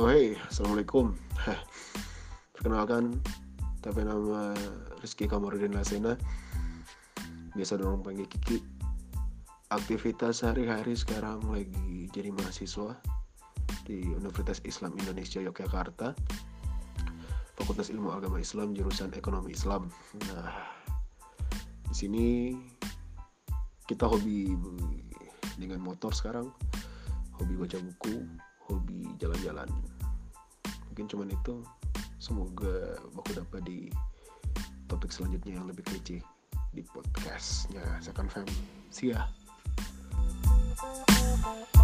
Oh hey, Assalamualaikum. Perkenalkan, tapi nama Rizky Kamarudin Lasena. Biasa orang panggil Kiki. Aktivitas sehari-hari sekarang lagi jadi mahasiswa di Universitas Islam Indonesia Yogyakarta, Fakultas Ilmu Agama Islam, jurusan Ekonomi Islam. Nah, di sini kita hobi dengan motor sekarang, hobi baca buku, hobi jalan-jalan. Mungkin cuman itu. Semoga aku dapat di topik selanjutnya yang lebih kece di podcastnya Second Fam. See ya.